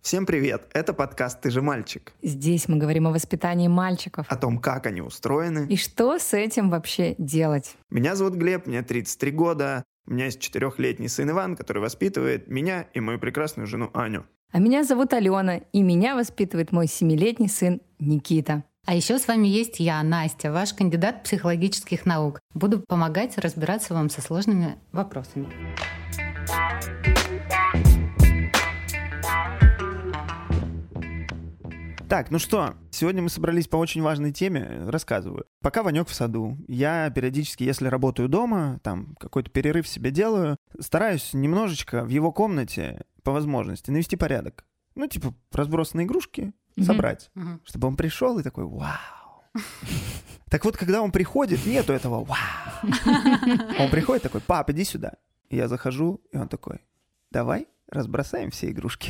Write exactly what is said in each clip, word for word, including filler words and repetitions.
Всем привет! Это подкаст «Ты же мальчик». Здесь мы говорим о воспитании мальчиков. О том, как они устроены. И что с этим вообще делать. Меня зовут Глеб, мне тридцать три года. У меня есть четырехлетний сын Иван, который воспитывает меня и мою прекрасную жену Аню. А меня зовут Алена, и меня воспитывает мой семилетний сын Никита. А еще с вами есть я, Настя, ваш кандидат психологических наук. Буду помогать разбираться вам со сложными вопросами. Так, ну что, сегодня мы собрались по очень важной теме, рассказываю. Пока Ванек в саду, я периодически, если работаю дома, там какой-то перерыв себе делаю, стараюсь немножечко в его комнате, по возможности, навести порядок. Ну, типа, разбросанные игрушки собрать, mm-hmm. чтобы он пришел и такой «Вау!». Так вот, когда он приходит, нету этого «Вау!». Он приходит такой «Пап, иди сюда». И я захожу, и он такой «Давай разбросаем все игрушки».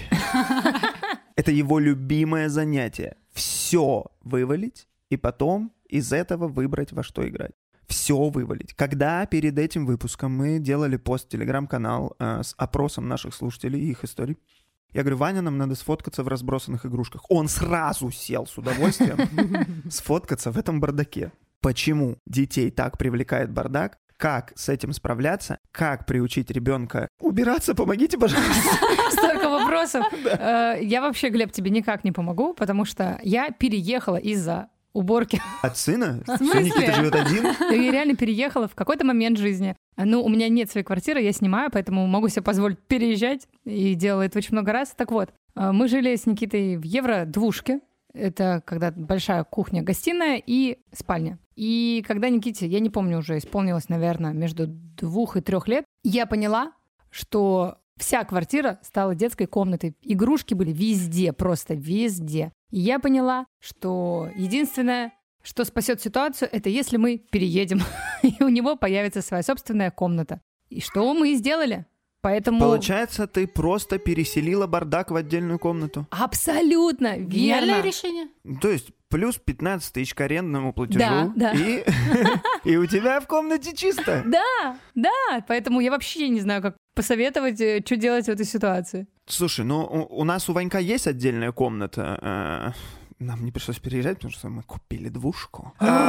Это его любимое занятие. Все вывалить и потом из этого выбрать, во что играть. Все вывалить. Когда перед этим выпуском мы делали пост в Телеграм-канал э, с опросом наших слушателей и их историй, я говорю, Ваня, нам надо сфоткаться в разбросанных игрушках. Он сразу сел с удовольствием сфоткаться в этом бардаке. Почему детей так привлекает бардак? Как с этим справляться? Как приучить ребенка убираться? Помогите, пожалуйста. Столько вопросов. Я вообще, Глеб, тебе никак не помогу, потому что я переехала из-за уборки. От сына? Что, Никита живет один? Я реально переехала в какой-то момент жизни. Ну, у меня нет своей квартиры, я снимаю, поэтому могу себе позволить переезжать. И делала это очень много раз. Так вот, мы жили с Никитой в евро-двушке. Это когда большая кухня-гостиная и спальня. И когда Никите, я не помню уже, исполнилось, наверное, между двух и трех лет, я поняла, что вся квартира стала детской комнатой. Игрушки были везде, просто везде. И я поняла, что единственное, что спасет ситуацию, это если мы переедем, и у него появится своя собственная комната. И что мы и сделали. Поэтому... Получается, ты просто переселила бардак в отдельную комнату. Абсолютно верно. Верное решение. То есть плюс пятнадцать тысяч к арендному платежу. Да, да. И, и у тебя в комнате чисто. Да, да. Поэтому я вообще не знаю, как посоветовать, что делать в этой ситуации. Слушай, ну у, у нас у Ванька есть отдельная комната. Нам не пришлось переезжать, потому что мы купили двушку.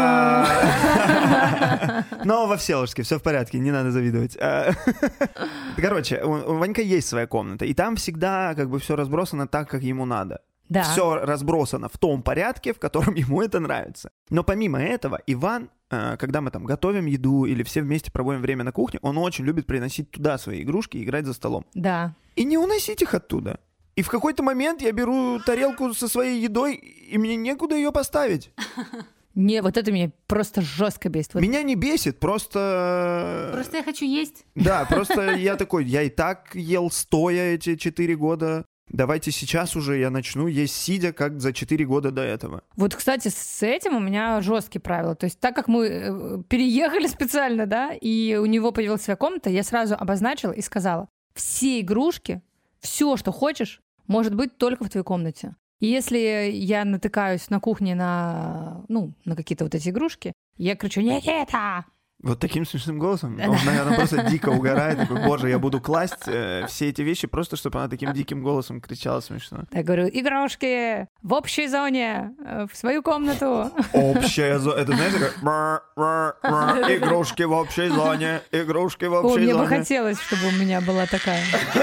Но во Всеволожске все в порядке, не надо завидовать. Короче, у Ванька есть своя комната, и там всегда как бы все разбросано так, как ему надо. Да. Все разбросано в том порядке, в котором ему это нравится. Но помимо этого, Иван, когда мы там готовим еду или все вместе проводим время на кухне, он очень любит приносить туда свои игрушки и играть за столом. Да. И не уносить их оттуда. И в какой-то момент я беру тарелку со своей едой, и мне некуда ее поставить. Не, вот это меня просто жестко бесит. Вот. Меня не бесит, просто... Просто я хочу есть. Да, просто я такой, я и так ел стоя эти четыре года. Давайте сейчас уже я начну есть сидя, как за четыре года до этого. Вот, кстати, с этим у меня жесткие правила. То есть так как мы переехали специально, да, и у него появилась своя комната, я сразу обозначила и сказала, все игрушки, все, что хочешь, может быть только в твоей комнате. И если я натыкаюсь на кухне на, ну, на какие-то вот эти игрушки, я кричу «Никита!». Вот таким смешным голосом? Он, наверное, просто дико угорает. Такой, боже, я буду класть э, все эти вещи просто, чтобы она таким диким голосом кричала смешно. Я говорю, игрушки в общей зоне, в свою комнату. Общая зона. Это, знаешь, такая... Игрушки в общей зоне, игрушки в общей О, мне зоне. бы хотелось, чтобы у меня была такая.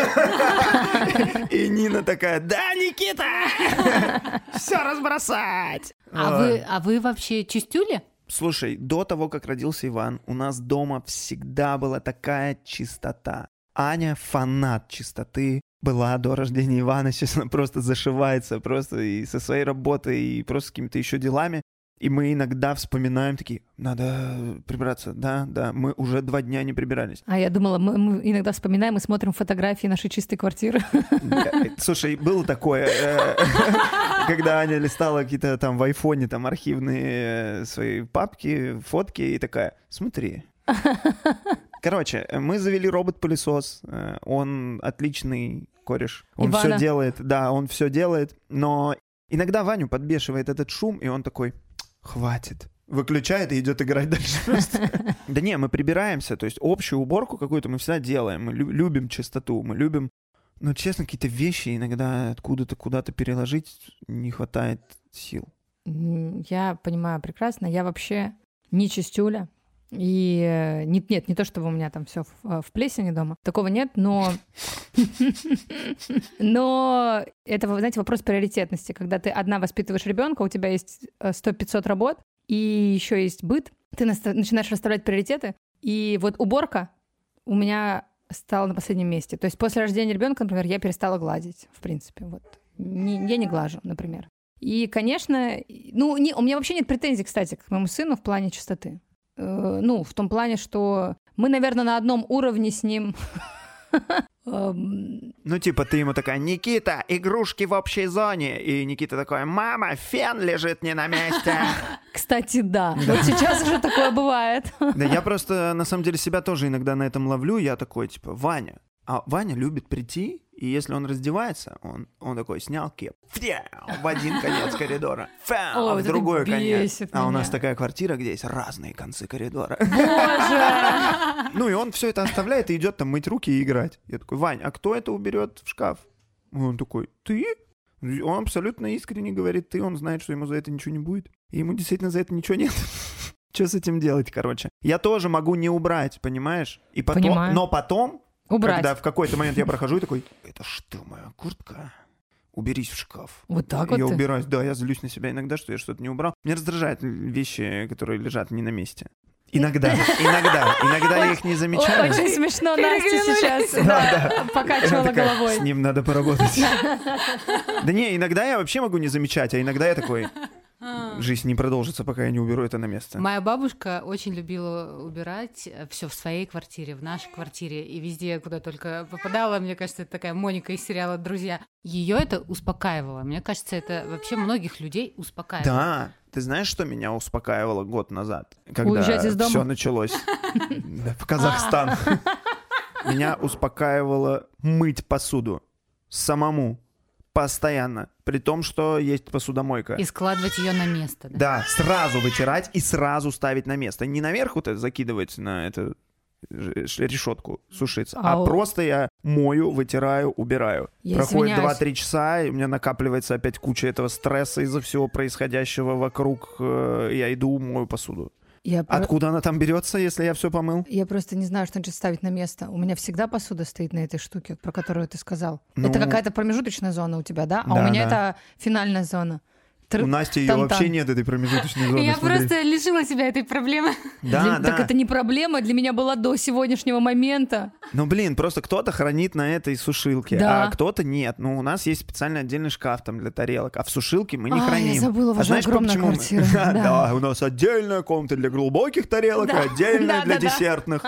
И Нина такая, да, Никита! Все разбросать! А вы, а вы вообще чистюли? Слушай, до того, как родился Иван, у нас дома всегда была такая чистота. Аня фанат чистоты. Была до рождения Ивана, сейчас она просто зашивается, просто и со своей работой, и просто с какими-то еще делами. И мы иногда вспоминаем такие, надо прибраться, да, да, мы уже два дня не прибирались. А я думала, мы, мы иногда вспоминаем и смотрим фотографии нашей чистой квартиры. Слушай, было такое, когда Аня листала какие-то там в айфоне там архивные свои папки, фотки, и такая, смотри. Короче, мы завели робот-пылесос, он отличный кореш, он Ивана. все делает, да, он все делает, но иногда Ваню подбешивает этот шум, и он такой, хватит. Выключает и идет играть дальше просто. Да не, мы прибираемся, то есть общую уборку какую-то мы всегда делаем, мы любим чистоту, мы любим Но, честно, какие-то вещи иногда откуда-то куда-то переложить не хватает сил. Я понимаю прекрасно. Я вообще не чистюля. И нет, нет, не то, чтобы у меня там все в, в плесени дома. Такого нет, но... Но это, знаете, вопрос приоритетности. Когда ты одна воспитываешь ребенка, у тебя есть сто-пятьсот работ, и еще есть быт, ты начинаешь расставлять приоритеты. И вот уборка у меня стала на последнем месте. То есть после рождения ребенка, например, я перестала гладить, в принципе. Вот. Не, я не глажу, например. И, конечно, ну, не, у меня вообще нет претензий, кстати, к моему сыну в плане чистоты. Э, ну, в том плане, что мы, наверное, на одном уровне с ним. Ну, типа, ты ему такая: Никита, игрушки в общей зоне. И Никита такой: мама, фен лежит не на месте. Кстати, да. Вот сейчас уже такое бывает. Да, я просто, на самом деле, себя тоже иногда на этом ловлю. Я такой, типа, Ваня. А Ваня любит прийти, и если он раздевается, он, он такой снял кеп. В один конец коридора. Фау, а в другой конец. А у нас такая квартира, где есть разные концы коридора. Боже! Ну и он все это оставляет и идет там мыть руки и играть. Я такой: Вань, а кто это уберет в шкаф? Он такой: ты? Он абсолютно искренне говорит ты, он знает, что ему за это ничего не будет. И ему действительно за это ничего нет. Что с этим делать, короче? Я тоже могу не убрать, понимаешь? И потом, Понимаю. но потом, убрать. Когда в какой-то момент я прохожу и такой: это что, моя куртка? Уберись в шкаф. Вот так вот Я ты? убираюсь, да, я злюсь на себя иногда, что я что-то не убрал. Меня раздражают вещи, которые лежат не на месте. Иногда, иногда, иногда я их не замечаю. Очень смешно Настя сейчас покачивала головой. С ним надо поработать. Да не, иногда я вообще могу не замечать, а иногда я такой: жизнь не продолжится, пока я не уберу это на место. Моя бабушка очень любила убирать все в своей квартире, в нашей квартире и везде, куда только попадала. Мне кажется, это такая Моника из сериала «Друзья». Ее это успокаивало. Мне кажется, это вообще многих людей успокаивало. Да. Ты знаешь, что меня успокаивало год назад, когда Уезжать из дома? Все началось в Казахстан? Меня успокаивало мыть посуду самому. Постоянно. При том, что есть посудомойка. И складывать ее на место. Да? Да, сразу вытирать и сразу ставить на место. Не наверх вот это закидывать на эту решетку сушиться, а, а просто я мою, вытираю, убираю. Я Проходит два-три часа, и у меня накапливается опять куча этого стресса из-за всего происходящего вокруг. Я иду, мою посуду. Я Откуда про... она там берется, если я все помыл? Я просто не знаю, что значит ставить на место. У меня всегда посуда стоит на этой штуке, про которую ты сказал. Ну... Это какая-то промежуточная зона у тебя, да? А да, у меня да. это финальная зона. У Насти ее вообще нет, этой промежуточной зоны. Я смотри. просто лишила себя этой проблемы. Да, для... да. Так это не проблема, для меня была до сегодняшнего момента. Ну, блин, просто кто-то хранит на этой сушилке, да. а кто-то нет. Ну, у нас есть специальный отдельный шкаф там для тарелок, а в сушилке мы не а, храним. Я забыла, у вас а знаешь, огромная почему? квартира. да, да, у нас отдельная комната для глубоких тарелок, да. отдельная да, для да, десертных.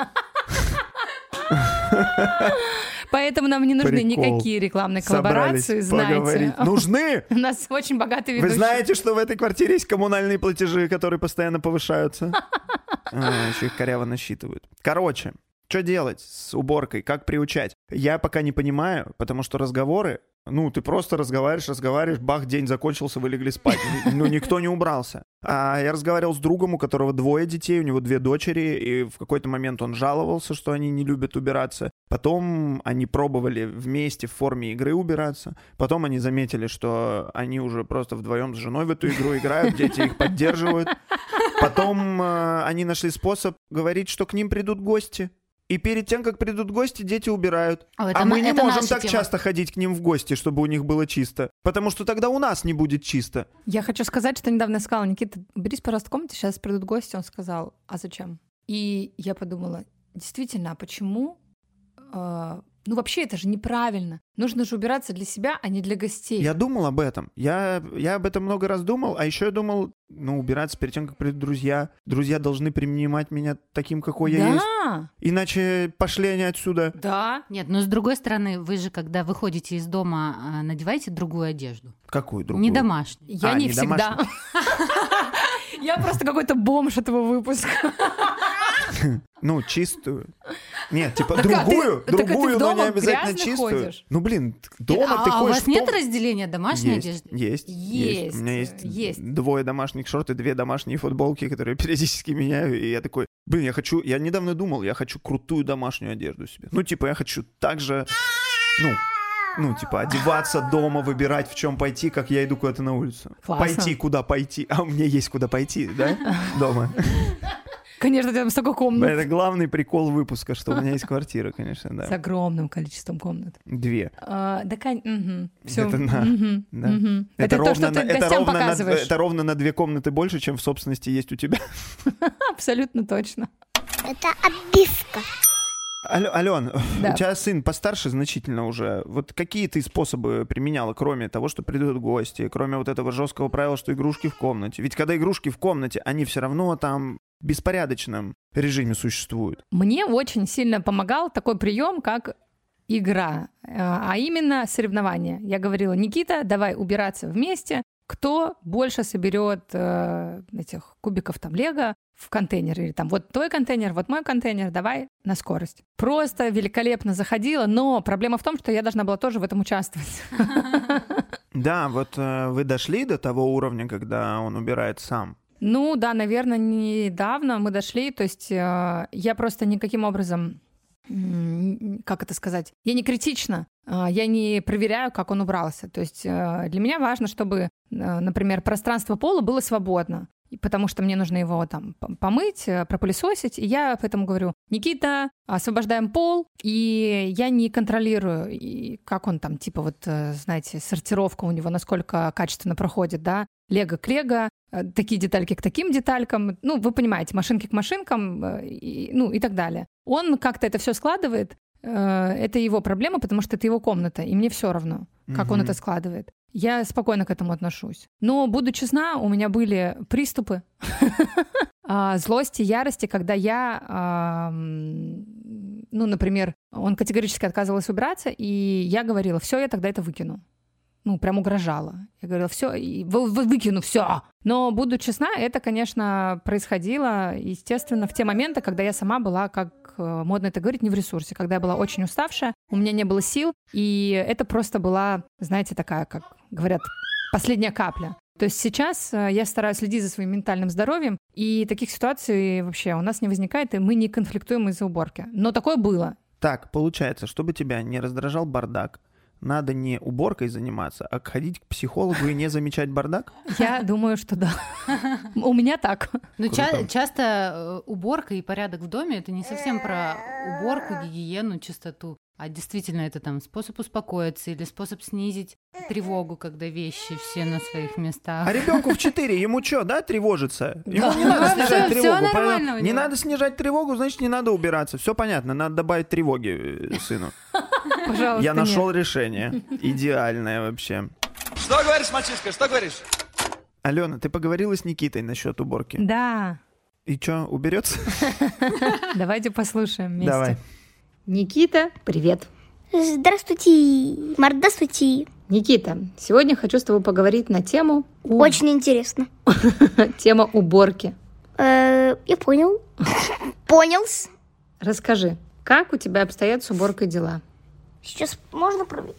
Поэтому нам не нужны Прикол. никакие рекламные коллаборации, Собрались знаете. Поговорить. Нужны! У нас очень богатый ведущий. Вы знаете, что в этой квартире есть коммунальные платежи, которые постоянно повышаются? А, еще их коряво насчитывают. Короче, что делать с уборкой? Как приучать? Я пока не понимаю, потому что разговоры, ну, ты просто разговариваешь, разговариваешь, бах, день закончился, вы легли спать. Ну, никто не убрался. А я разговаривал с другом, у которого двое детей, у него две дочери, и в какой-то момент он жаловался, что они не любят убираться. Потом они пробовали вместе в форме игры убираться. Потом они заметили, что они уже просто вдвоем с женой в эту игру играют, дети их поддерживают. Потом э, они нашли способ говорить, что к ним придут гости. И перед тем, как придут гости, дети убирают. О, это а мы на, не можем так тема. часто ходить к ним в гости, чтобы у них было чисто. Потому что тогда у нас не будет чисто. Я хочу сказать, что недавно я сказала: Никита, уберись, пожалуйста, в комнате, сейчас придут гости. Он сказал: а зачем? И я подумала, действительно, а почему? Э, ну вообще это же неправильно. Нужно же убираться для себя, а не для гостей. Я думал об этом. Я, я об этом много раз думал. А еще я думал, ну, убираться перед тем, как придут друзья. Друзья должны принимать меня таким, какой да. я есть. Иначе пошли они отсюда. Да. Нет, но с другой стороны, вы же, когда выходите из дома, надеваете другую одежду. Какую другую? Не домашнюю. Я а, не, не всегда. Я просто какой-то бомж этого выпуска. Ну, чистую. Нет, типа другую, другую, но не обязательно чистую. Ну, блин, дома ты ходишь. А у вас нет разделения домашней одежды? Есть, есть. У меня есть двое домашних шорт и две домашние футболки, которые периодически меняю, и я такой, блин, я хочу, я недавно думал, я хочу крутую домашнюю одежду себе. Ну, типа, я хочу так же, ну, Ну, типа, одеваться дома, выбирать, в чем пойти, как я иду куда-то на улицу. Классно. Пойти, куда пойти. А у меня есть куда пойти, да? Дома. Конечно, там столько комнат. Это главный прикол выпуска, что у меня есть квартира, конечно, С да. огромным количеством комнат. Две. А, да, кон- мгм. Всё. Это на- Мгм. да. Мгм. Это, Это то, ровно что на, ты это, гостям ровно на, показываешь. это ровно на две комнаты больше, чем в собственности есть у тебя. Абсолютно точно. Это обивка. Алё- Ален, Да. у тебя сын постарше значительно уже. Вот какие ты способы применяла, кроме того, что придут гости, кроме вот этого жесткого правила, что игрушки в комнате? Ведь когда игрушки в комнате, они все равно там в беспорядочном режиме существуют. Мне очень сильно помогал такой прием, как игра, э, а именно соревнования. Я говорила: Никита, давай убираться вместе. Кто больше соберет э, этих кубиков там лего в контейнер, или там вот твой контейнер, вот мой контейнер, давай на скорость. Просто великолепно заходила, но проблема в том, что я должна была тоже в этом участвовать. Да, вот э, вы дошли до того уровня, когда он убирает сам. Ну да, наверное, недавно мы дошли, то есть э, я просто никаким образом, м, как это сказать, я не критична, э, я не проверяю, как он убрался. То есть э, для меня важно, чтобы, э, например, пространство пола было свободно, и потому что мне нужно его там п- помыть, э, пропылесосить, и я поэтому говорю: Никита, освобождаем пол, и я не контролирую, и как он там, типа вот, э, знаете, сортировка у него, насколько качественно проходит, да, лего к лего, э, такие детальки к таким деталькам, ну, вы понимаете, машинки к машинкам, э, и, ну, и так далее. Он как-то это все складывает, э, это его проблема, потому что это его комната, и мне все равно, как он Мгм. это складывает. Я спокойно к этому отношусь. Но, буду честна, у меня были приступы а, злости, ярости, когда я, а, м, ну, например, он категорически отказывался убираться, и я говорила: все, я тогда это выкину. Ну, прям угрожала. Я говорила: все, выкину, все. Но, буду честна, это, конечно, происходило, естественно, в те моменты, когда я сама была, как э, модно это говорить, не в ресурсе, когда я была очень уставшая, у меня не было сил, и это просто была, знаете, такая, как говорят, последняя капля. То есть сейчас э, я стараюсь следить за своим ментальным здоровьем, и таких ситуаций вообще у нас не возникает, и мы не конфликтуем из-за уборки. Но такое было. Так, получается, чтобы тебя не раздражал бардак, надо не уборкой заниматься, а ходить к психологу и не замечать бардак? Я думаю, что да. У меня так. Ну, Круто. ча- часто э, уборка и порядок в доме — это не совсем про уборку, гигиену, чистоту, а действительно это там способ успокоиться или способ снизить тревогу, когда вещи все на своих местах. А ребенку в четыре, ему что, да, тревожится? Ему Да. не надо Да, снижать всё- всё тревогу. нормально поэтому у Не него. надо снижать тревогу, значит, не надо убираться. Все понятно, надо добавить тревоги э, сыну. Пожалуйста, Я нет. нашел решение. Идеальное вообще. Что говоришь, мальчишка, что говоришь? Алена, ты поговорила с Никитой насчет уборки? Да. И что, уберется? Давайте послушаем вместе. Давай. Никита, привет. Здравствуйте, мордастуйте. Никита, сегодня хочу с тобой поговорить на тему у- Очень интересно. тема уборки. Э, Я понял. Понял. Расскажи, как у тебя обстоят с уборкой дела? Сейчас можно проверить.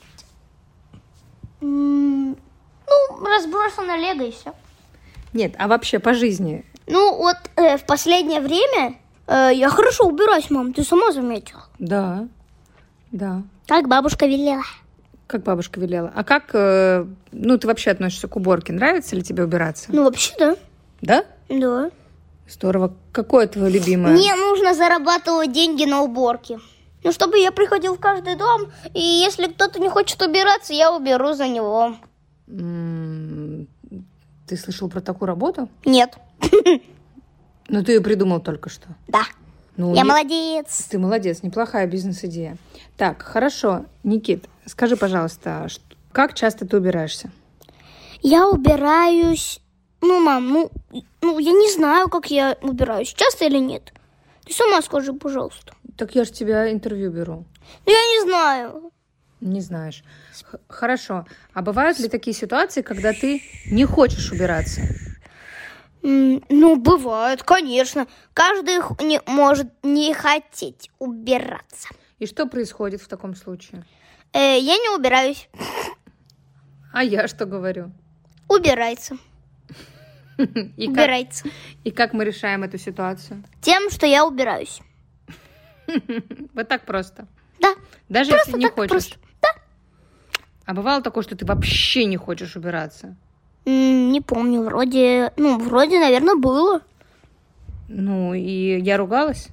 М, Ну, разбросано лего и все. Нет, а вообще по жизни? Ну, вот э, в последнее время э, я хорошо убираюсь, мам, ты сама заметила. Да, да. Как бабушка велела. Как бабушка велела. А как, э, ну, ты вообще относишься к уборке? Нравится ли тебе убираться? Ну, вообще, да. Да? Да. Здорово. Какое твое любимое? Мне нужно зарабатывать деньги на уборке. Ну, чтобы я приходил в каждый дом, и если кто-то не хочет убираться, я уберу за него. М, Ты слышал про такую работу? Нет. Ну, ты ее придумал только что. Да. Ну, Я не- молодец. Ты молодец, неплохая бизнес-идея. Так, хорошо. Никит, скажи, пожалуйста, ш- как часто ты убираешься? Я убираюсь... Ну, мам, ну, ну, я не знаю, как я убираюсь, часто или нет. Ты сама скажи, пожалуйста. Так я же тебя интервью беру. Ну, я не знаю. Не знаешь. Х- Хорошо. А бывают ли такие ситуации, когда ты не хочешь убираться? М, Ну, бывает, конечно. Каждый х- не, может не хотеть убираться. И что происходит в таком случае? Э, я не убираюсь. А я что говорю? Убирается. И как, Убирается. и как мы решаем эту ситуацию? Тем, что я убираюсь. Вот так просто. Да. Даже Просто если не так хочешь. просто. Да. А бывало такое, что ты вообще не хочешь убираться? М, Не помню, вроде... Ну, вроде, наверное, было. Ну, и я ругалась?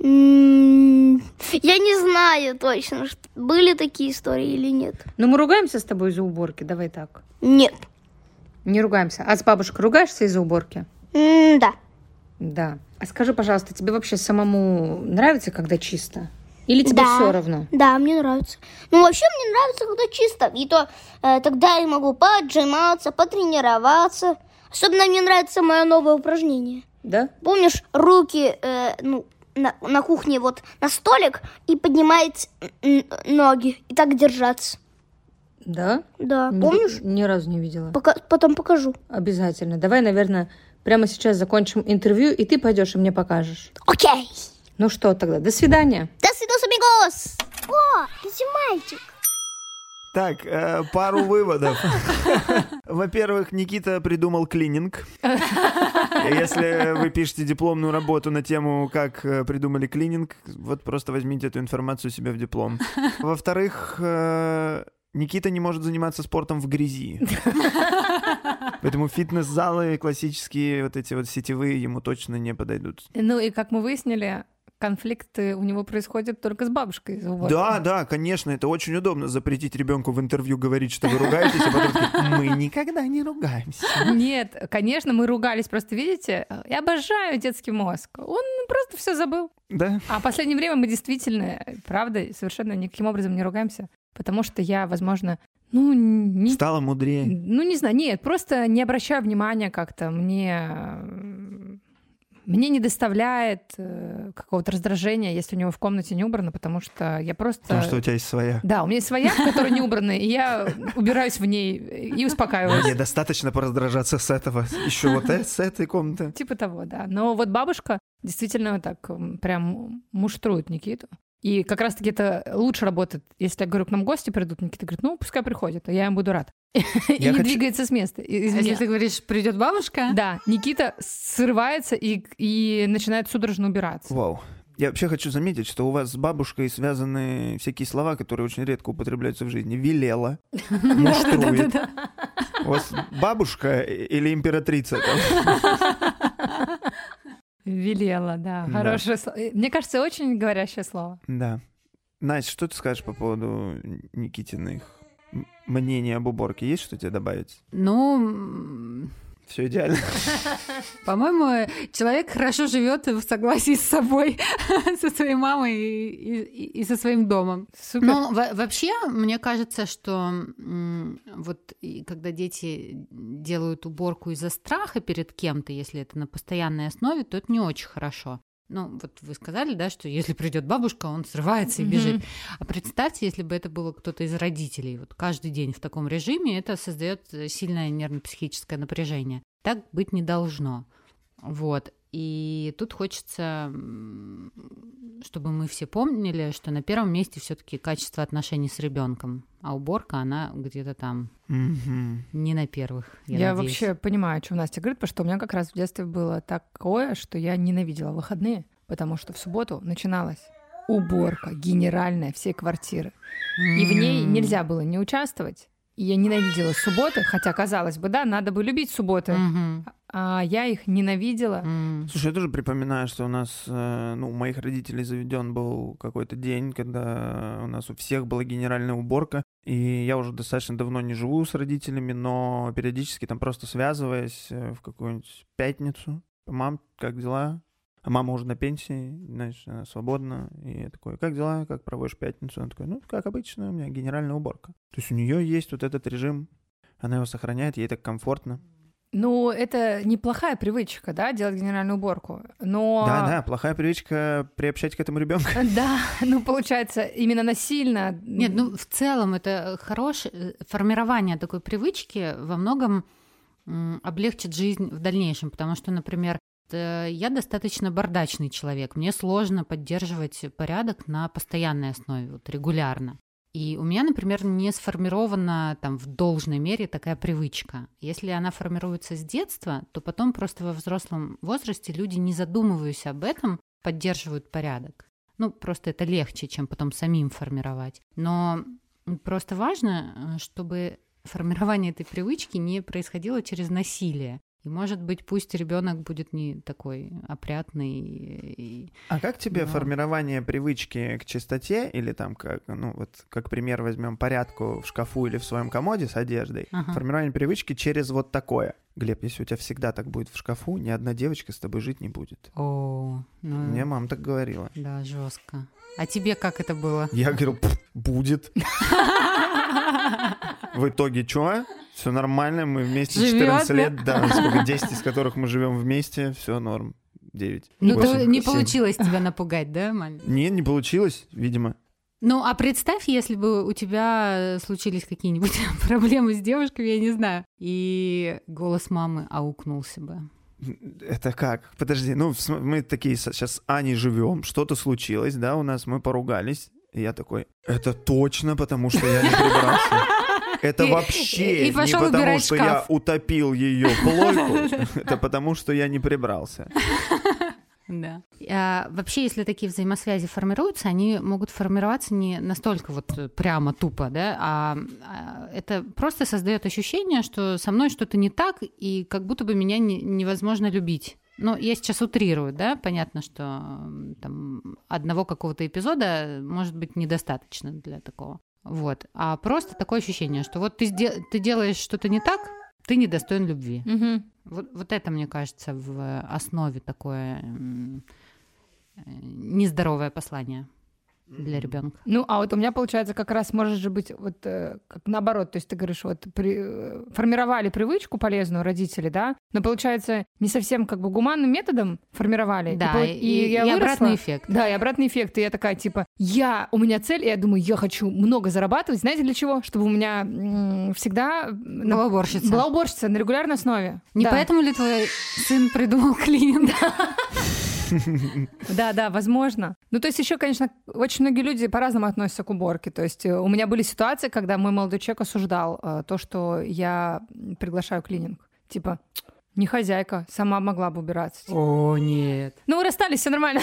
М, Я не знаю точно, что- были такие истории или нет. Ну, мы ругаемся с тобой из-за уборки, давай так. Нет. Не ругаемся. А с бабушкой ругаешься из-за уборки? М, Да. Да. А скажи, пожалуйста, тебе вообще самому нравится, когда чисто? Или тебе Да. все равно? Да, мне нравится. Ну, вообще мне нравится, когда чисто. И то э, тогда я могу поджиматься, потренироваться. Особенно мне нравится мое новое упражнение. Да? Помнишь, руки э, ну, на, на кухне вот на столик и поднимать м, ноги. И так держаться. Да? Да, Ни- помнишь? Ни разу не видела. Пока, потом покажу. Обязательно. Давай, наверное, прямо сейчас закончим интервью, и ты пойдешь и мне покажешь. Окей. Ну что тогда, до свидания. До свидос, амигос. О, это мальчик. Так, э, пару выводов. Во-первых, Никита придумал клининг. Если вы пишете дипломную работу на тему, как э, придумали клининг, вот просто возьмите эту информацию себе в диплом. Во-вторых, э, Никита не может заниматься спортом в грязи. Поэтому фитнес-залы классические, вот эти вот сетевые, ему точно не подойдут. Ну и как мы выяснили, конфликты у него происходят только с бабушкой из уборки. Да, да, конечно, это очень удобно запретить ребенку в интервью говорить, что вы ругаетесь, а потом такие, мы никогда не ругаемся. Нет, конечно, мы ругались, просто видите, я обожаю детский мозг. Он просто все забыл. Да? А в последнее время мы действительно, правда, совершенно никаким образом не ругаемся, потому что я, возможно, ну, не... Стало мудрее. Ну, не знаю, нет, просто не обращаю внимания как-то. Мне, мне не доставляет э, какого-то раздражения, если у него в комнате не убрано, потому что я просто... Потому что у тебя есть своя. Да, у меня есть своя, которая не убрана, и я убираюсь в ней и успокаиваюсь. Мне достаточно пораздражаться с этого. Еще вот э- с этой комнаты. Типа того, да. Но вот бабушка действительно так м, прям муштрует Никиту. И как раз-таки это лучше работает. Если я говорю, к нам гости придут, Никита говорит, ну, пускай приходят, а я им буду рад. И Я не хочу- двигается с места. И- А извини. если ты говоришь, придет бабушка? Да, Никита срывается и, и начинает судорожно убираться. Вау. Я вообще хочу заметить, что у вас с бабушкой связаны всякие слова, которые очень редко употребляются в жизни. Велела, муштрует. У вас бабушка или императрица? там? Велела, да. Да. Хорошее слово. Мне кажется, очень говорящее слово. Да. Настя, что ты скажешь по поводу Никитиных м- мнений об уборке? Есть что тебе добавить? Ну, м, Все идеально. по-моему, человек хорошо живет в согласии с собой, со своей мамой и, и- и со своим домом. Супер. Ну, во- вообще, мне кажется, что м, вот и когда дети делают уборку из-за страха перед кем-то, если это на постоянной основе, то это не очень хорошо. Ну, вот вы сказали, да, что если придет бабушка, он срывается и бежит. Мгм. А представьте, если бы это было кто-то из родителей, вот каждый день в таком режиме, это создает сильное нервно-психическое напряжение. Так быть не должно. Вот. И тут хочется, м, чтобы мы все помнили, что на первом месте все-таки качество отношений с ребенком, а уборка, она где-то там Мгм. не на первых. Я, Я надеюсь. вообще понимаю, о чем Настя говорит, потому что у меня как раз в детстве было такое, что я ненавидела выходные, потому что в субботу начиналась уборка генеральная всей квартиры. И в ней М. нельзя было не участвовать. И я ненавидела субботы, хотя, казалось бы, да, надо бы любить субботы, Мгм. а я их ненавидела. М. Слушай, я тоже припоминаю, что у нас, э, ну, у моих родителей заведен был какой-то день, когда у нас у всех была генеральная уборка, и я уже достаточно давно не живу с родителями, но периодически там просто связываясь э, в какую-нибудь пятницу, мам, как дела? А мама уже на пенсии, знаешь, она свободна, и я такой, как дела, как проводишь пятницу? Она такой, ну, как обычно, у меня генеральная уборка. То есть у нее есть вот этот режим, она его сохраняет, ей так комфортно. Ну, это неплохая привычка, да, делать генеральную уборку. Но... Да, да, плохая привычка приобщать к этому ребенка. Да, ну, получается, именно насильно. Нет, ну в целом это хорошее формирование такой привычки во многом м, облегчит жизнь в дальнейшем, потому что, например, э, я достаточно бардачный человек, мне сложно поддерживать порядок на постоянной основе, вот регулярно. И у меня, например, не сформирована там в должной мере такая привычка. Если она формируется с детства, то потом просто во взрослом возрасте люди, не задумываясь об этом, поддерживают порядок. Ну, просто это легче, чем потом самим формировать. Но Просто важно, чтобы формирование этой привычки не происходило через насилие. И, может быть, пусть ребенок будет не такой опрятный. И... А как тебе Но... формирование привычки к чистоте или там, как, ну вот, как пример возьмем порядку в шкафу или в своем комоде с одеждой? Ага. Формирование привычки через вот такое. Глеб, если у тебя всегда так будет в шкафу, ни одна девочка с тобой жить не будет. О, ну... Мне мама так говорила. Да, жестко. А тебе как это было? Я говорю, будет. В итоге что? Все нормально, мы вместе четырнадцать лет, да, сколько, десять из которых мы живем вместе, все норм, девять. Ну, то не получилось тебя напугать, да, маме? Нет, не получилось, видимо. Ну, а представь, если бы у тебя случились какие-нибудь проблемы с девушкой, я не знаю, и голос мамы аукнулся бы. Это как? Подожди, ну, мы такие сейчас с Аней живем, что-то случилось, да, у нас, мы поругались, и я такой, это точно потому, что я не прибрался. Это И, вообще и, и не потому, убирать что шкаф. я утопил ее плойку, это потому, что я не прибрался. Да. А, вообще, если такие взаимосвязи формируются, они могут формироваться не настолько вот прямо тупо, да, а, а это просто создает ощущение, что со мной что-то не так, и как будто бы меня не, невозможно любить. Ну, я сейчас утрирую, да, понятно, что там одного какого-то эпизода может быть недостаточно для такого. Вот. А просто такое ощущение, что вот ты, сде- ты делаешь что-то не так, ты недостоин любви. Угу. Вот, вот это, мне кажется, в основе такое м- нездоровое послание для ребенка. Ну, а вот у меня, получается, как раз может же быть вот э, как наоборот. То есть ты говоришь, вот при, э, формировали привычку полезную родители, да, но, получается, не совсем как бы гуманным методом формировали. Да, и, и, и я и выросла, обратный эффект. Да, и обратный эффект. И я такая, типа, я, у меня цель, и я думаю, я хочу много зарабатывать. Знаете, для чего? Чтобы у меня м- всегда... на- Была уборщица. Была уборщица на регулярной основе. Не Да. поэтому ли твой сын придумал клининг? Да, да, возможно. Ну, то есть еще, конечно, очень многие люди по-разному относятся к уборке. То есть э, у меня были ситуации, когда мой молодой человек осуждал э, то, что я приглашаю клининг. Типа, не хозяйка, сама могла бы убираться. Типа. О, нет. Ну, вы расстались, все нормально.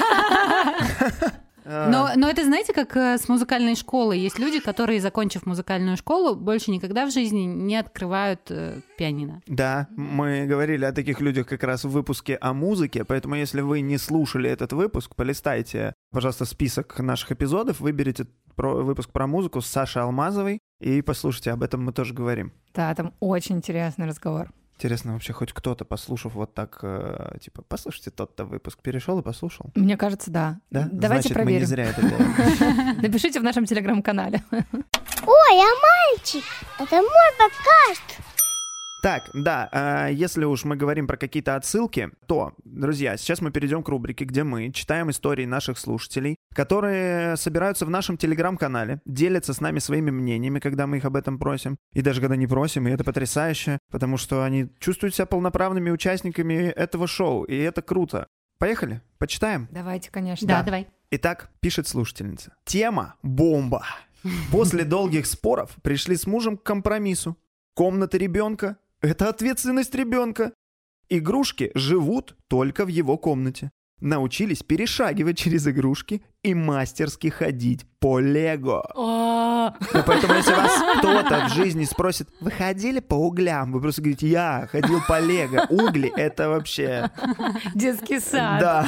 Но, но это, знаете, как э, с музыкальной школой. Есть люди, которые, закончив музыкальную школу, больше никогда в жизни не открывают э, пианино. Да, мы говорили о таких людях как раз в выпуске о музыке, поэтому если вы не слушали этот выпуск, полистайте, пожалуйста, список наших эпизодов, выберите про, выпуск про музыку с Сашей Алмазовой и послушайте, об этом мы тоже говорим. Да, там очень интересный разговор. Интересно, вообще хоть кто-то, послушав вот так, э, типа, послушайте тот-то выпуск, перешел и послушал? Мне кажется, да. Да? Давайте Значит, проверим. мы не зря это делаем. Напишите в нашем телеграм-канале. Ой, а мальчик, это мой подкаст. Так, да, э, если уж мы говорим про какие-то отсылки, то, друзья, сейчас мы перейдем к рубрике, где мы читаем истории наших слушателей, которые собираются в нашем телеграм-канале, делятся с нами своими мнениями, когда мы их об этом просим, и даже когда не просим, и это потрясающе, потому что они чувствуют себя полноправными участниками этого шоу, и это круто. Поехали, почитаем. Давайте, конечно. Да, давай. Итак, пишет слушательница. Тема «Бомба». После долгих споров пришли с мужем к компромиссу. Комната ребенка — это ответственность ребенка. Игрушки живут только в его комнате. Научились перешагивать через игрушки и мастерски ходить по Лего. О, Ну, поэтому, если вас кто-то в жизни спросит, вы ходили по углям? Вы просто говорите, я ходил по Лего. Угли — это вообще... детский сад. Да.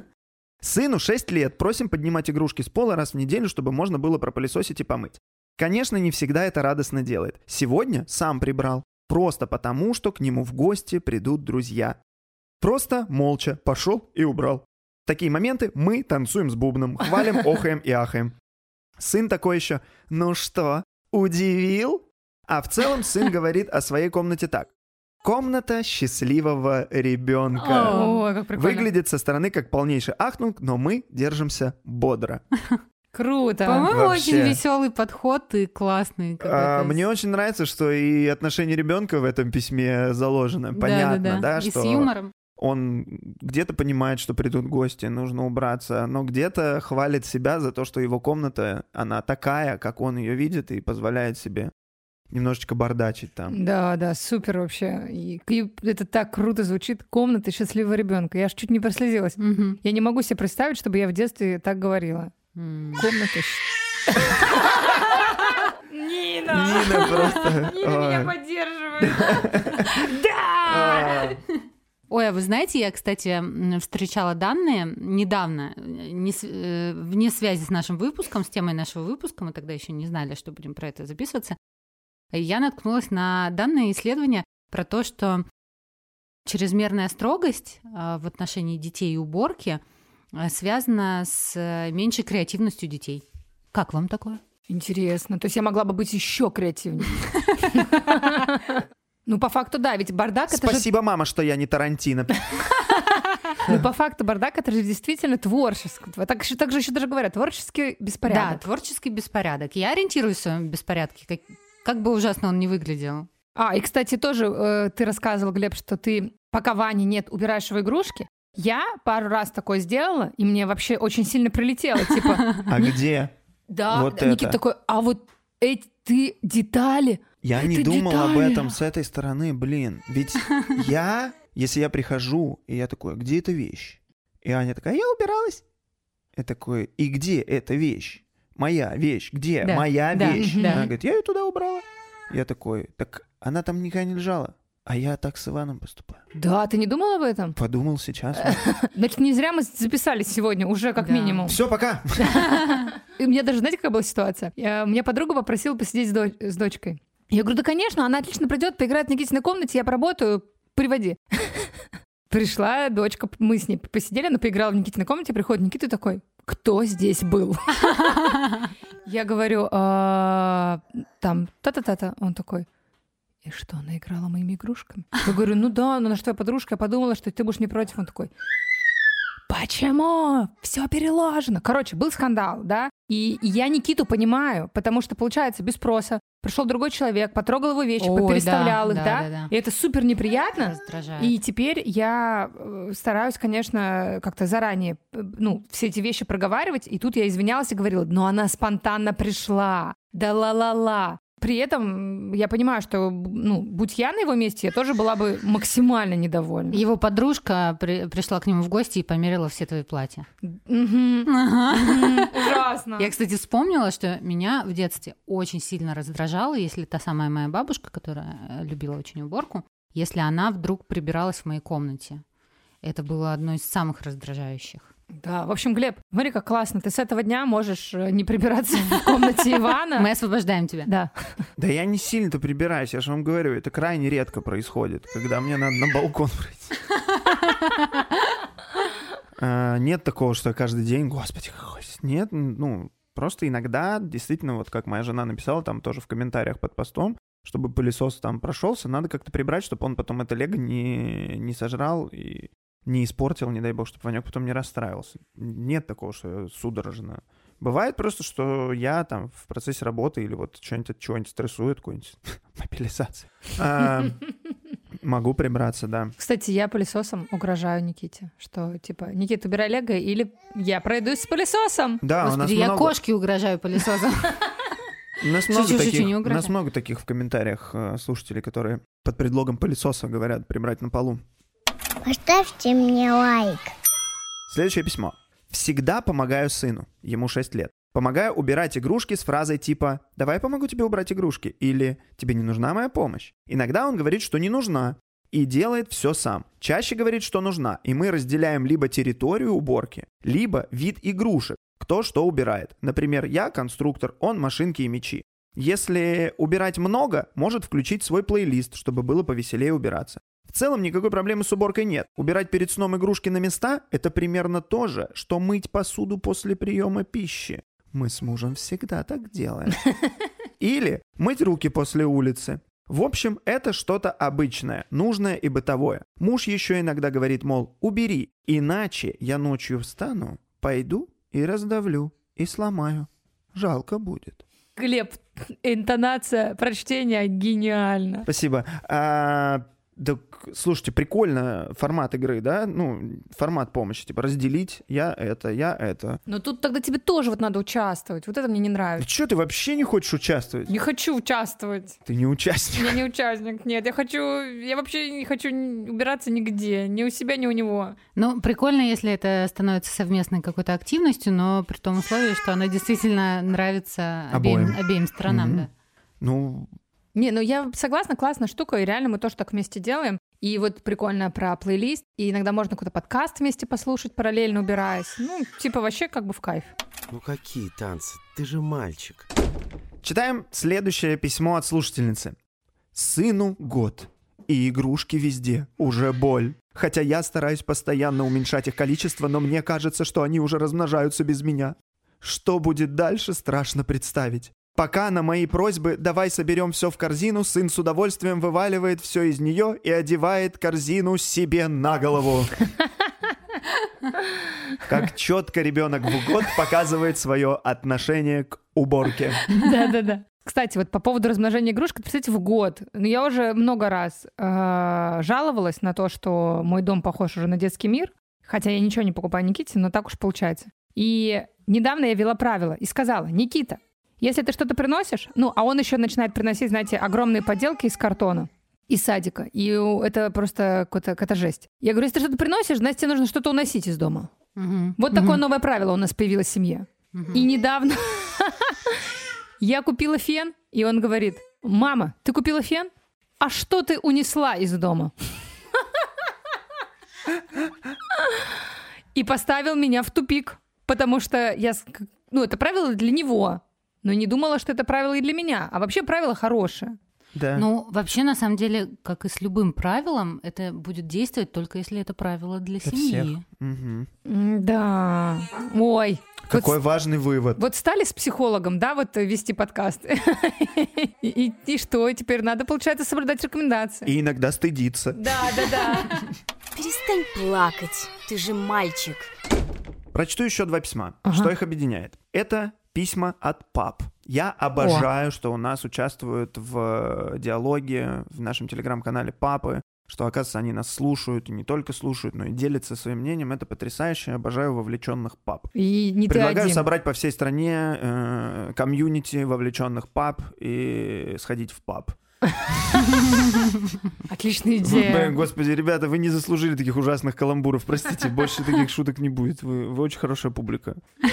Сыну шесть лет, просим поднимать игрушки с пола раз в неделю, чтобы можно было пропылесосить и помыть. Конечно, не всегда это радостно делает. Сегодня сам прибрал. Просто потому, что к нему в гости придут друзья. Просто молча пошел и убрал. В такие моменты мы танцуем с бубном, хвалим, охаем и ахаем. Сын такой еще, ну что, удивил? А в целом сын говорит о своей комнате так. Комната счастливого ребенка. О, как прикольно. Выглядит со стороны как полнейший ахнунг, но мы держимся бодро. Круто. По-моему, Вообще. очень веселый подход и классный. А, какой-то. мне очень нравится, что и отношение ребенка в этом письме заложено. Понятно, да, И что с юмором. он где-то понимает, что придут гости, нужно убраться, но где-то хвалит себя за то, что его комната, она такая, как он ее видит, и позволяет себе немножечко бардачить там. Да, да, супер вообще. И, и это так круто звучит. Комната счастливого ребенка. Я аж чуть не прослезилась. Мгм. Я не могу себе представить, чтобы я в детстве так говорила. М. Комната. щ- Нина! Нина просто... Нина меня Ой. поддерживает. Да! Ой, а вы знаете, я, кстати, м, встречала данные недавно, не с- э, вне связи с нашим выпуском, с темой нашего выпуска, мы тогда еще не знали, что будем про это записываться. Я наткнулась на данные исследования про то, что чрезмерная строгость э, в отношении детей и уборки э, связана с э, меньшей креативностью детей. Как вам такое? Интересно. То есть я могла бы быть еще креативнее. Ну, по факту, да, ведь бардак это же... Спасибо, мама, что я не Тарантино. Ну, по факту, бардак это же действительно творчество. Так, же- так же еще даже говорят, творческий Да, беспорядок. творческий беспорядок. Я ориентируюсь в своем беспорядке, как, как бы ужасно он ни выглядел. А, и, кстати, тоже э, ты рассказывал, Глеб, что ты, пока Вани нет, убираешь его игрушки. Я пару раз такое сделала, и мне вообще очень сильно прилетело. Типа, А где? да, Вот Никита это. такой, а вот эти ты детали. Я не Это думал об детали. этом с этой стороны, блин. Ведь я, если я прихожу, и я такой, где эта вещь? И Аня такая, я убиралась. Я такой, и где эта вещь? Моя вещь, где Да, моя да, вещь? да. Она говорит, я ее туда убрала. Я такой, так она там никогда не лежала. А я так с Иваном поступаю. Да, ты не думал об этом? Подумал сейчас. Значит, не зря мы записались сегодня, уже как Да. минимум. Все, пока. И у меня даже, знаете, какая была ситуация? Я, меня подруга попросила посидеть с, доч- с дочкой. Я говорю, да, конечно, она отлично придет, поиграет в Никитиной комнате, я поработаю, приводи. Пришла дочка, мы с ней посидели, она поиграла в Никитиной комнате, приходит Никита и такой, кто здесь был? Я говорю, «А, там, та-та-та-та. Он такой, и что, она играла моими игрушками? Я говорю, ну да, ну на что твоя подружка, я подумала, что ты будешь не против. Он такой, почему? Все переложено. Короче, был скандал, да? И я Никиту понимаю, потому что, получается, без спроса пришел другой человек, потрогал его вещи, Ой, попереставлял да, их, да, да? да, да. И это супер неприятно. Раздражает. И теперь я э, стараюсь, конечно, как-то заранее, э, ну, все эти вещи проговаривать. И тут я извинялась и говорила, но она спонтанно пришла. Да ла-ла-ла. При этом я понимаю, что, ну, будь я на его месте, я тоже была бы максимально недовольна. Его подружка при- пришла к нему в гости и померила все твои платья. Мгм. Мгм. Ужасно. Я, кстати, вспомнила, что меня в детстве очень сильно раздражало, если та самая моя бабушка, которая э, любила очень уборку, если она вдруг прибиралась в моей комнате. Это было одно из самых раздражающих. Да, в общем, Глеб, смотри, как классно. Ты с этого дня можешь э, не прибираться в комнате Ивана. Мы освобождаем тебя. Да. Да я не сильно-то прибираюсь, я же вам говорю, это крайне редко происходит, когда мне надо на балкон пройти. А, Нет такого, что я каждый день, господи, какой... Нет, ну, просто иногда, действительно, вот как моя жена написала там тоже в комментариях под постом, чтобы пылесос там прошелся, надо как-то прибрать, чтобы он потом это лего не, не сожрал и не испортил, не дай бог, чтобы Ванек потом не расстраивался. Нет такого, что я судорожно. Бывает просто, что я там в процессе работы или вот что-нибудь от чего-нибудь стрессует, какой-нибудь мобилизация. А, Могу прибраться, да. Кстати, я пылесосом угрожаю Никите, что типа, Никита, убирай лего, или я пройдусь с пылесосом. Да, у нас Господи, я много... кошке угрожаю пылесосом. У нас много, Шучу, шучу, таких, не у угрожай. нас много таких в комментариях э, слушателей, которые под предлогом пылесоса говорят прибрать на полу. Поставьте мне лайк. Следующее письмо. Всегда помогаю сыну, ему шесть лет. Помогаю убирать игрушки с фразой типа «давай я помогу тебе убрать игрушки» или «тебе не нужна моя помощь». Иногда он говорит, что не нужна, и делает все сам. Чаще говорит, что нужна, и мы разделяем либо территорию уборки, либо вид игрушек, кто что убирает. Например, я конструктор, он машинки и мячи. Если убирать много, может включить свой плейлист, чтобы было повеселее убираться. В целом никакой проблемы с уборкой нет. Убирать перед сном игрушки на места – это примерно то же, что мыть посуду после приема пищи. Мы с мужем всегда так делаем. Или мыть руки после улицы. В общем, это что-то обычное, нужное и бытовое. Муж еще иногда говорит, мол, убери, иначе я ночью встану, пойду и раздавлю, и сломаю. Жалко будет. Глеб, интонация прочтения гениальна. Спасибо. А, да, к- слушайте, прикольно формат игры, да? Ну, формат помощи, типа разделить, я это, я это. Но тут тогда тебе тоже вот надо участвовать. Вот это мне не Да нравится. что, ты вообще не хочешь участвовать? Не хочу участвовать. Ты не участник. Я не участник, нет. Я хочу... Я вообще не хочу ни- убираться нигде. Ни у себя, ни у него. Ну, прикольно, если это становится совместной какой-то активностью, но при том условии, что она действительно нравится обеим, Обоим. обеим сторонам, Мгм. да. Ну... Не, ну я согласна, классная штука, и реально мы тоже так вместе делаем. И вот прикольно про плейлист, и иногда можно какой-то подкаст вместе послушать, параллельно убираясь. Ну, типа вообще как бы в кайф. Ну какие танцы? Ты же мальчик. Читаем следующее письмо от слушательницы. «Сыну год, и игрушки везде, уже боль. Хотя я стараюсь постоянно уменьшать их количество, но мне кажется, что они уже размножаются без меня. Что будет дальше, страшно представить. Пока на мои просьбы «давай соберем все в корзину», сын с удовольствием вываливает все из нее и одевает корзину себе на голову. Как четко ребенок в год показывает свое отношение к уборке». Да-да-да. Кстати, вот по поводу размножения игрушек, представьте, в год. Я уже много раз э, жаловалась на то, что мой дом похож уже на детский мир, хотя я ничего не покупаю Никите, но так уж получается. И недавно я ввела правило и сказала: «Никита, если ты что-то приносишь», ну, а он еще начинает приносить, знаете, огромные поделки из картона, из садика, и это просто какая-то, какая-то жесть. Я говорю, если ты что-то приносишь, значит, тебе нужно что-то уносить из дома. Угу. Вот угу. такое новое правило у нас появилось в семье. Угу. И недавно я купила фен, и он говорит: «Мама, ты купила фен? А что ты унесла из дома?» И поставил меня в тупик, потому что я, ну, это правило для него, но не думала, что это правило и для меня. А вообще правило хорошее. Да. Ну, вообще, на самом деле, как и с любым правилом, это будет действовать только если это правило для, для семьи. Угу. Да. Ой. Какой вот, важный вывод. Вот стали с психологом, да, вот вести подкаст. И, и что? Теперь надо, получается, соблюдать рекомендации. И иногда стыдиться. Да, да, да. Перестань плакать, ты же мальчик. Прочту еще два письма. Ага. Что их объединяет? Это письма от пап. Я обожаю, О. что у нас участвуют в диалоге в нашем телеграм-канале папы, что, оказывается, они нас слушают, и не только слушают, но и делятся своим мнением. Это потрясающе. Обожаю вовлеченных пап. И не Предлагаю ты один. собрать по всей стране э, комьюнити вовлеченных пап и сходить в паб. Отличная идея. Господи, ребята, вы не заслужили таких ужасных каламбуров. Простите, больше таких шуток не будет. Вы, вы очень хорошая публика.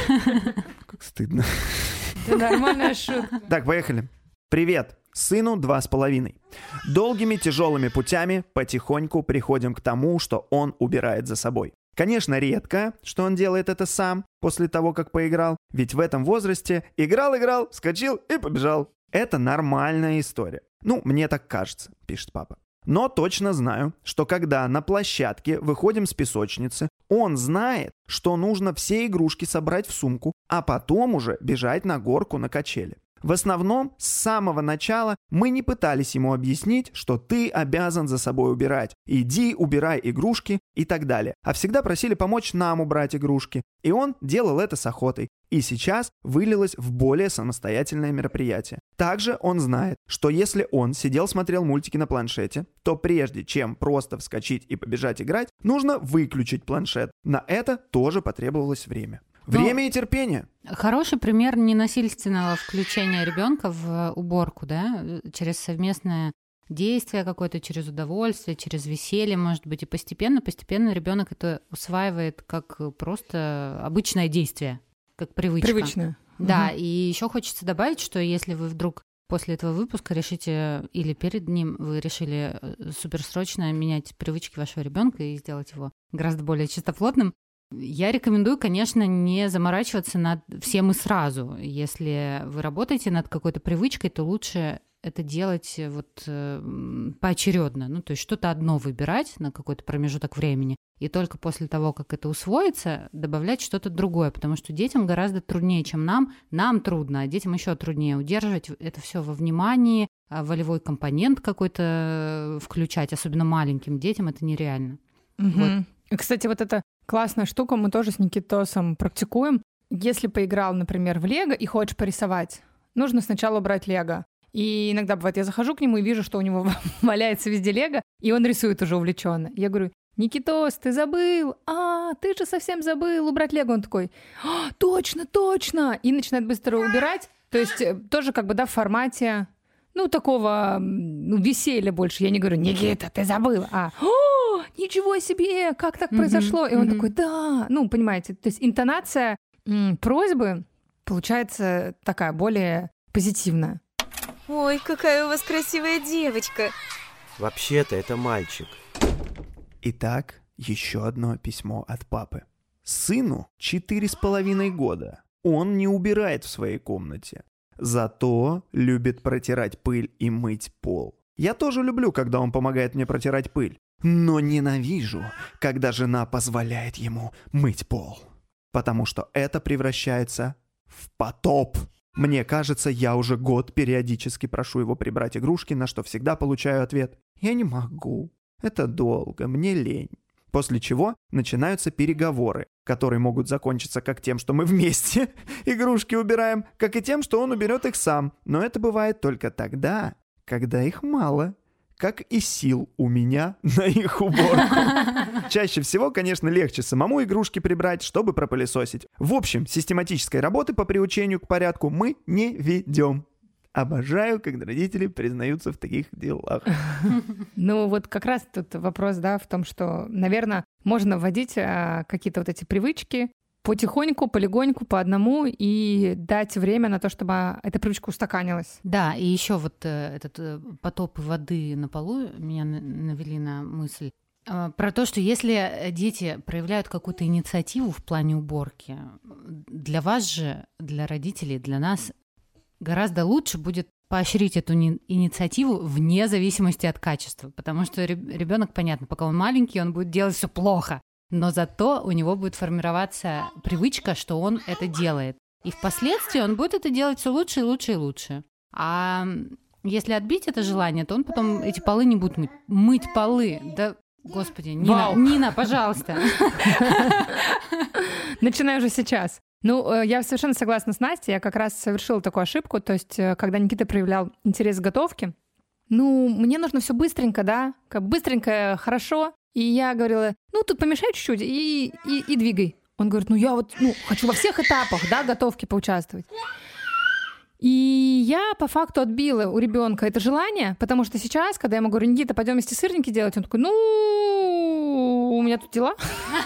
Как стыдно. Это нормальная шутка. Так, поехали. Привет. Сыну два с половиной. Долгими тяжелыми путями потихоньку приходим к тому, что он убирает за собой. Конечно, редко, что он делает это сам после того, как поиграл, ведь в этом возрасте играл-играл, вскочил и побежал. Это нормальная история. Ну, мне так кажется, пишет папа. Но точно знаю, что когда на площадке выходим с песочницы, он знает, что нужно все игрушки собрать в сумку, а потом уже бежать на горку на качели. В основном, с самого начала мы не пытались ему объяснить, что ты обязан за собой убирать. Иди, убирай игрушки и так далее. А всегда просили помочь нам убрать игрушки. И он делал это с охотой. И сейчас вылилось в более самостоятельное мероприятие. Также он знает, что если он сидел, смотрел мультики на планшете, то прежде чем просто вскочить и побежать играть, нужно выключить планшет. На это тоже потребовалось время. Время ну, и терпение. Хороший пример ненасильственного включения ребенка в уборку, да, через совместное действие какое-то, через удовольствие, через веселье, может быть, и постепенно, постепенно ребенок это усваивает как просто обычное действие, как привычка. Привычное. Да, угу. И еще хочется добавить, что если вы вдруг после этого выпуска решите, или перед ним вы решили суперсрочно менять привычки вашего ребенка и сделать его гораздо более чистоплотным, я рекомендую, конечно, не заморачиваться над всем и сразу. Если вы работаете над какой-то привычкой, то лучше это делать вот э, поочередно. Ну, то есть что-то одно выбирать на какой-то промежуток времени, и только после того, как это усвоится, добавлять что-то другое, потому что детям гораздо труднее, чем нам. Нам трудно, а детям еще труднее удерживать это все во внимании, волевой компонент какой-то включать, особенно маленьким детям, это нереально. Угу. Вот. Кстати, вот эта классная штука мы тоже с Никитосом практикуем. Если поиграл, например, в лего и хочешь порисовать, нужно сначала убрать лего. И иногда бывает, я захожу к нему и вижу, что у него валяется везде лего, и он рисует уже увлеченно. Я говорю: Никитос, ты забыл? А, ты же совсем забыл убрать лего. Он такой: а, точно, точно! И начинает быстро убирать. То есть тоже как бы, да, в формате, ну, такого, ну, веселья больше. Я не говорю: Никита, ты забыл, а о, ничего себе, как так mm-hmm, произошло? И он mm-hmm. такой: да, ну, понимаете, то есть интонация м, просьбы получается такая более позитивная. Ой, какая у вас красивая девочка. Вообще-то это мальчик. Итак, еще одно письмо от папы. Сыну четыре с половиной года. Он не убирает в своей комнате. Зато любит протирать пыль и мыть пол. Я тоже люблю, когда он помогает мне протирать пыль. Но ненавижу, когда жена позволяет ему мыть пол. Потому что это превращается в потоп. Мне кажется, я уже год периодически прошу его прибрать игрушки, на что всегда получаю ответ: «Я не могу. Это долго, мне лень». После чего начинаются переговоры, которые могут закончиться как тем, что мы вместе игрушки убираем, как и тем, что он уберет их сам. Но это бывает только тогда, когда их мало. Как и сил у меня на их уборку. Чаще всего, конечно, легче самому игрушки прибрать, чтобы пропылесосить. В общем, систематической работы по приучению к порядку мы не ведем. Обожаю, когда родители признаются в таких делах. Ну вот как раз тут вопрос, да, в том, что, наверное, можно вводить а, какие-то вот эти привычки потихоньку, полегоньку, по одному и дать время на то, чтобы эта привычка устаканилась. Да, и еще вот э, этот э, потоп воды на полу меня на- навели на мысль э, про то, что если дети проявляют какую-то инициативу в плане уборки, для вас же, для родителей, для нас гораздо лучше будет поощрить эту ни- инициативу вне зависимости от качества, потому что ребенок, понятно, пока он маленький, он будет делать все плохо. Но зато у него будет формироваться привычка, что он это делает. И впоследствии он будет это делать все лучше и лучше и лучше. А если отбить это желание, то он потом эти полы не будет мыть. Мыть полы. Да, господи, Нина, Вау. Нина, пожалуйста. Начинай уже сейчас. Ну, э, я совершенно согласна с Настей. Я как раз совершила такую ошибку. То есть, э, когда Никита проявлял интерес к готовке, ну, мне нужно все быстренько, да, как быстренько, хорошо. И я говорила, ну, тут помешай чуть-чуть и, и, и двигай. Он говорит, ну, я вот ну, хочу во всех этапах, да, готовки поучаствовать. И я по факту отбила у ребенка это желание, потому что сейчас, когда я ему говорю, Никита, пойдем вместе сырники делать, он такой, ну, у меня тут дела.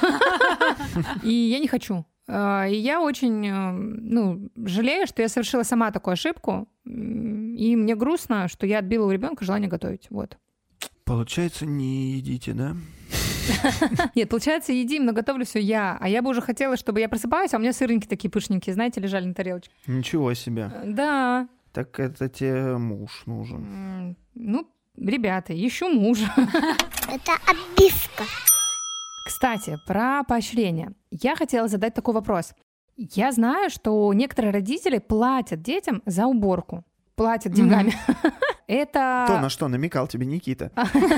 И я не хочу. И я очень, ну, жалею, что я совершила сама такую ошибку, и мне грустно, что я отбила у ребенка желание готовить. Вот. Получается, не едите, да? Нет, получается, едим, но готовлю все я. А я бы уже хотела, чтобы я просыпаюсь, а у меня сырники такие пышненькие, знаете, лежали на тарелочке. Ничего себе. Да. Так это тебе муж нужен. М, Ну, ребята, ищу мужа. Это обивка. Кстати, про поощрение. Я хотела задать такой вопрос. Я знаю, что некоторые родители платят детям за уборку. Платят деньгами. Это... То, на что намекал тебе Никита.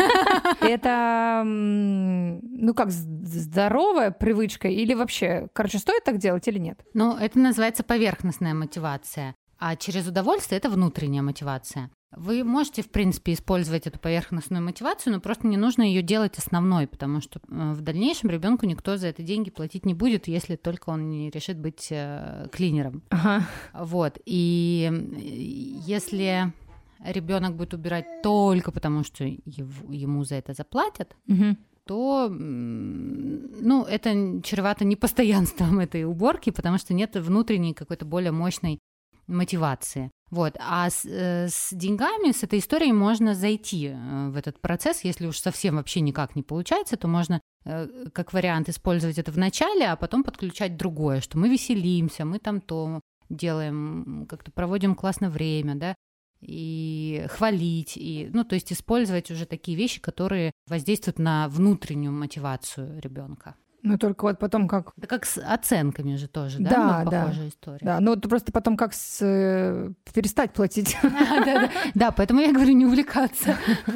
Это, м, ну как, з- здоровая привычка или вообще, короче, стоит так делать или нет? Ну, это называется поверхностная мотивация. А через удовольствие это внутренняя мотивация. Вы можете, в принципе, использовать эту поверхностную мотивацию, но просто не нужно ее делать основной, потому что э, в дальнейшем ребенку никто за это деньги платить не будет, если только он не решит быть э, клинером. Ага. Вот. И э, если ребенок будет убирать только потому, что ев- ему за это заплатят, Мгм. то м, ну, это чревато непостоянством этой уборки, потому что нет внутренней какой-то более мощной мотивации. Вот. А с, э, с деньгами, с этой историей можно зайти э, в этот процесс. Если уж совсем вообще никак не получается, то можно э, как вариант использовать это в начале, а потом подключать другое, что мы веселимся, мы там то делаем, как-то проводим классное время, да, и хвалить, и, ну, то есть использовать уже такие вещи, которые воздействуют на внутреннюю мотивацию ребенка. Ну только вот потом как... Да как с оценками же тоже, да? Да, Ну, да. похожая история. Да, ну вот просто потом как с, э, перестать платить. Да, да, да, поэтому я говорю не увлекаться.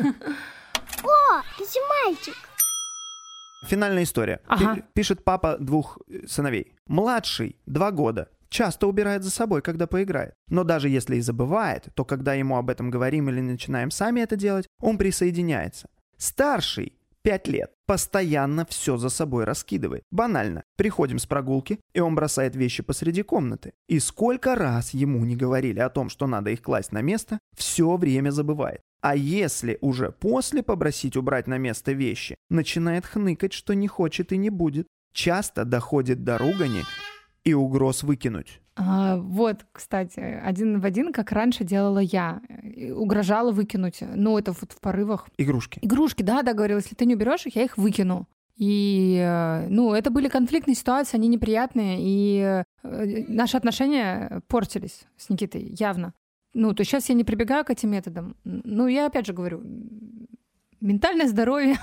О, это мальчик. Финальная история. Ага. Пи- Пишет папа двух э, сыновей. Младший, два года, часто убирает за собой, когда поиграет. Но даже если и забывает, то когда ему об этом говорим или начинаем сами это делать, он присоединяется. Старший, пять лет, постоянно все за собой раскидывает. Банально. Приходим с прогулки, и он бросает вещи посреди комнаты. И сколько раз ему не говорили о том, что надо их класть на место, все время забывает. А если уже после попросить убрать на место вещи, начинает хныкать, что не хочет и не будет. Часто доходит до ругани и угроз выкинуть. А, вот, кстати, один в один, как раньше делала я. Угрожала выкинуть. Ну, это вот в порывах. Игрушки. Игрушки, да, да, говорила, если ты не уберешь их, я их выкину. И, ну, это были конфликтные ситуации, они неприятные, и наши отношения портились с Никитой, явно. Ну, то сейчас я не прибегаю к этим методам. Ну, я опять же говорю, ментальное здоровье.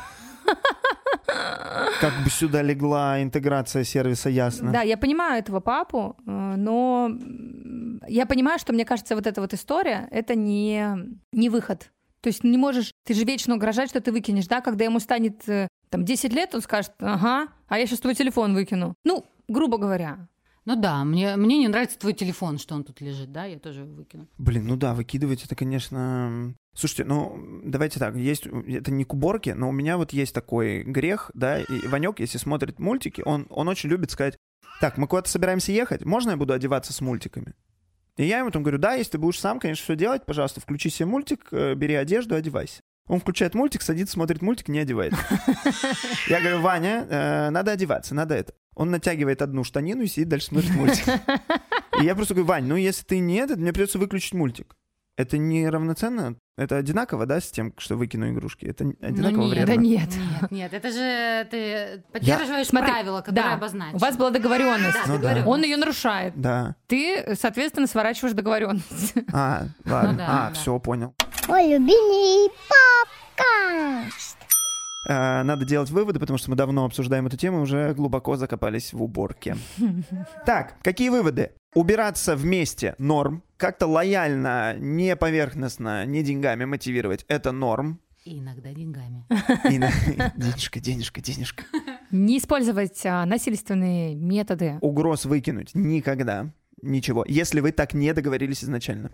Как бы сюда легла интеграция сервиса «Ясно». Да, я понимаю этого папу, но я понимаю, что, мне кажется, вот эта вот история — это не, не выход. То есть не можешь, ты же вечно угрожать, что ты выкинешь, да, когда ему станет там десять лет, он скажет, ага, а я сейчас твой телефон выкину. Ну, грубо говоря. Ну да, мне, мне не нравится твой телефон, что он тут лежит, да, я тоже его выкину. Блин, ну да, выкидывать это, конечно... Слушайте, ну, давайте так, есть, это не к уборке, но у меня вот есть такой грех, да, и Ванёк, если смотрит мультики, он, он очень любит сказать, так, мы куда-то собираемся ехать, можно я буду одеваться с мультиками? И я ему там говорю, да, если ты будешь сам, конечно, все делать, пожалуйста, включи себе мультик, бери одежду, одевайся. Он включает мультик, садится, смотрит мультик, не одевается. Я говорю, Ваня, э, надо одеваться, надо это. Он натягивает одну штанину и сидит дальше смотрит мультик. И я просто говорю, Вань, ну если ты не этот, мне придется выключить мультик. Это не равноценно? Это одинаково, да, с тем, что выкину игрушки? Это одинаково ну, нет, вредно? Да нет. Нет, нет, это же ты поддерживаешь Я... правила, которые да, обозначены. У вас была договоренность. Да, ну, да. Он ее нарушает. Да. Ты, соответственно, сворачиваешь договоренность. А, ладно. Ну, да, а, да. все, понял. Мой любимый подкаст. А, надо делать выводы, потому что мы давно обсуждаем эту тему и уже глубоко закопались в уборке. Так, какие выводы? Убираться вместе — норм. Как-то лояльно, не поверхностно, не деньгами мотивировать — это норм. И иногда деньгами. И на- Денежка, денежка, денежка. Не использовать а, насильственные методы. Угроз выкинуть — никогда. Ничего. Если вы так не договорились изначально.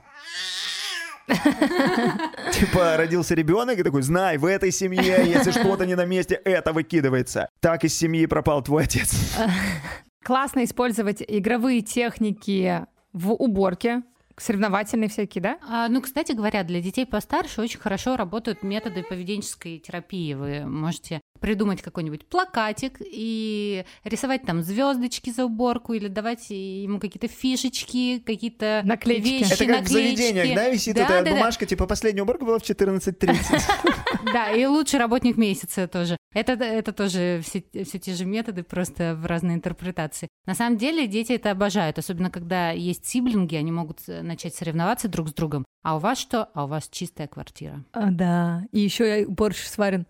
Типа родился ребенок и такой, знай, в этой семье, если что-то не на месте, это выкидывается. Так из семьи пропал твой отец. Классно использовать игровые техники в уборке. Соревновательные всякие, да? А, ну, кстати говоря, для детей постарше очень хорошо работают методы поведенческой терапии. Вы можете придумать какой-нибудь плакатик и рисовать там звездочки за уборку или давать ему какие-то фишечки, какие-то Наклеечки. вещи, Это как в наклеечки. заведениях, да, висит Да, эта да, да. бумажка, типа последняя уборка была в четырнадцать тридцать. Да, и лучший работник месяца тоже. Это, это тоже все, все те же методы, просто в разной интерпретации. На самом деле дети это обожают, особенно когда есть сиблинги, они могут начать соревноваться друг с другом. А у вас что? А у вас чистая квартира. А, да. И еще борщ сварен.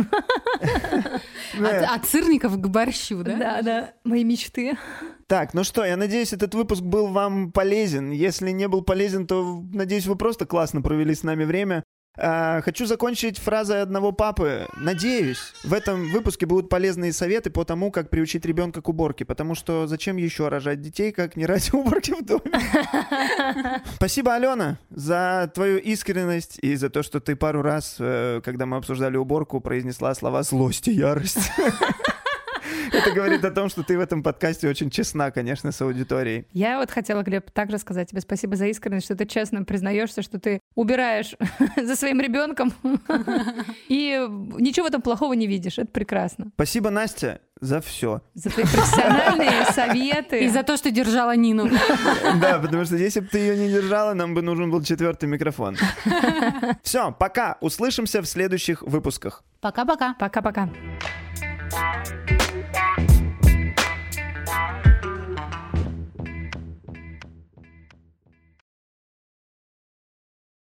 От, от сырников к борщу, да? Да, да. Мои мечты. Так, ну что, я надеюсь, этот выпуск был вам полезен. Если не был полезен, то, надеюсь, вы просто классно провели с нами время. А, хочу закончить фразой одного папы. Надеюсь, в этом выпуске будут полезные советы по тому, как приучить ребенка к уборке, потому что зачем еще рожать детей, как не ради уборки в доме. Спасибо, Алена, за твою искренность и за то, что ты пару раз, когда мы обсуждали уборку, произнесла слова «злость и ярость». Это говорит о том, что ты в этом подкасте очень честна, конечно, с аудиторией. Я вот хотела, Глеб, также сказать тебе спасибо за искренность, что ты честно признаешься, что ты убираешь за своим ребенком и ничего в этом плохого не видишь. Это прекрасно. Спасибо, Настя, за все. За твои профессиональные советы. И за то, что держала Нину. Да, потому что если бы ты ее не держала, нам бы нужен был четвертый микрофон. Все, пока. Услышимся в следующих выпусках. Пока-пока. Пока-пока. Thank you.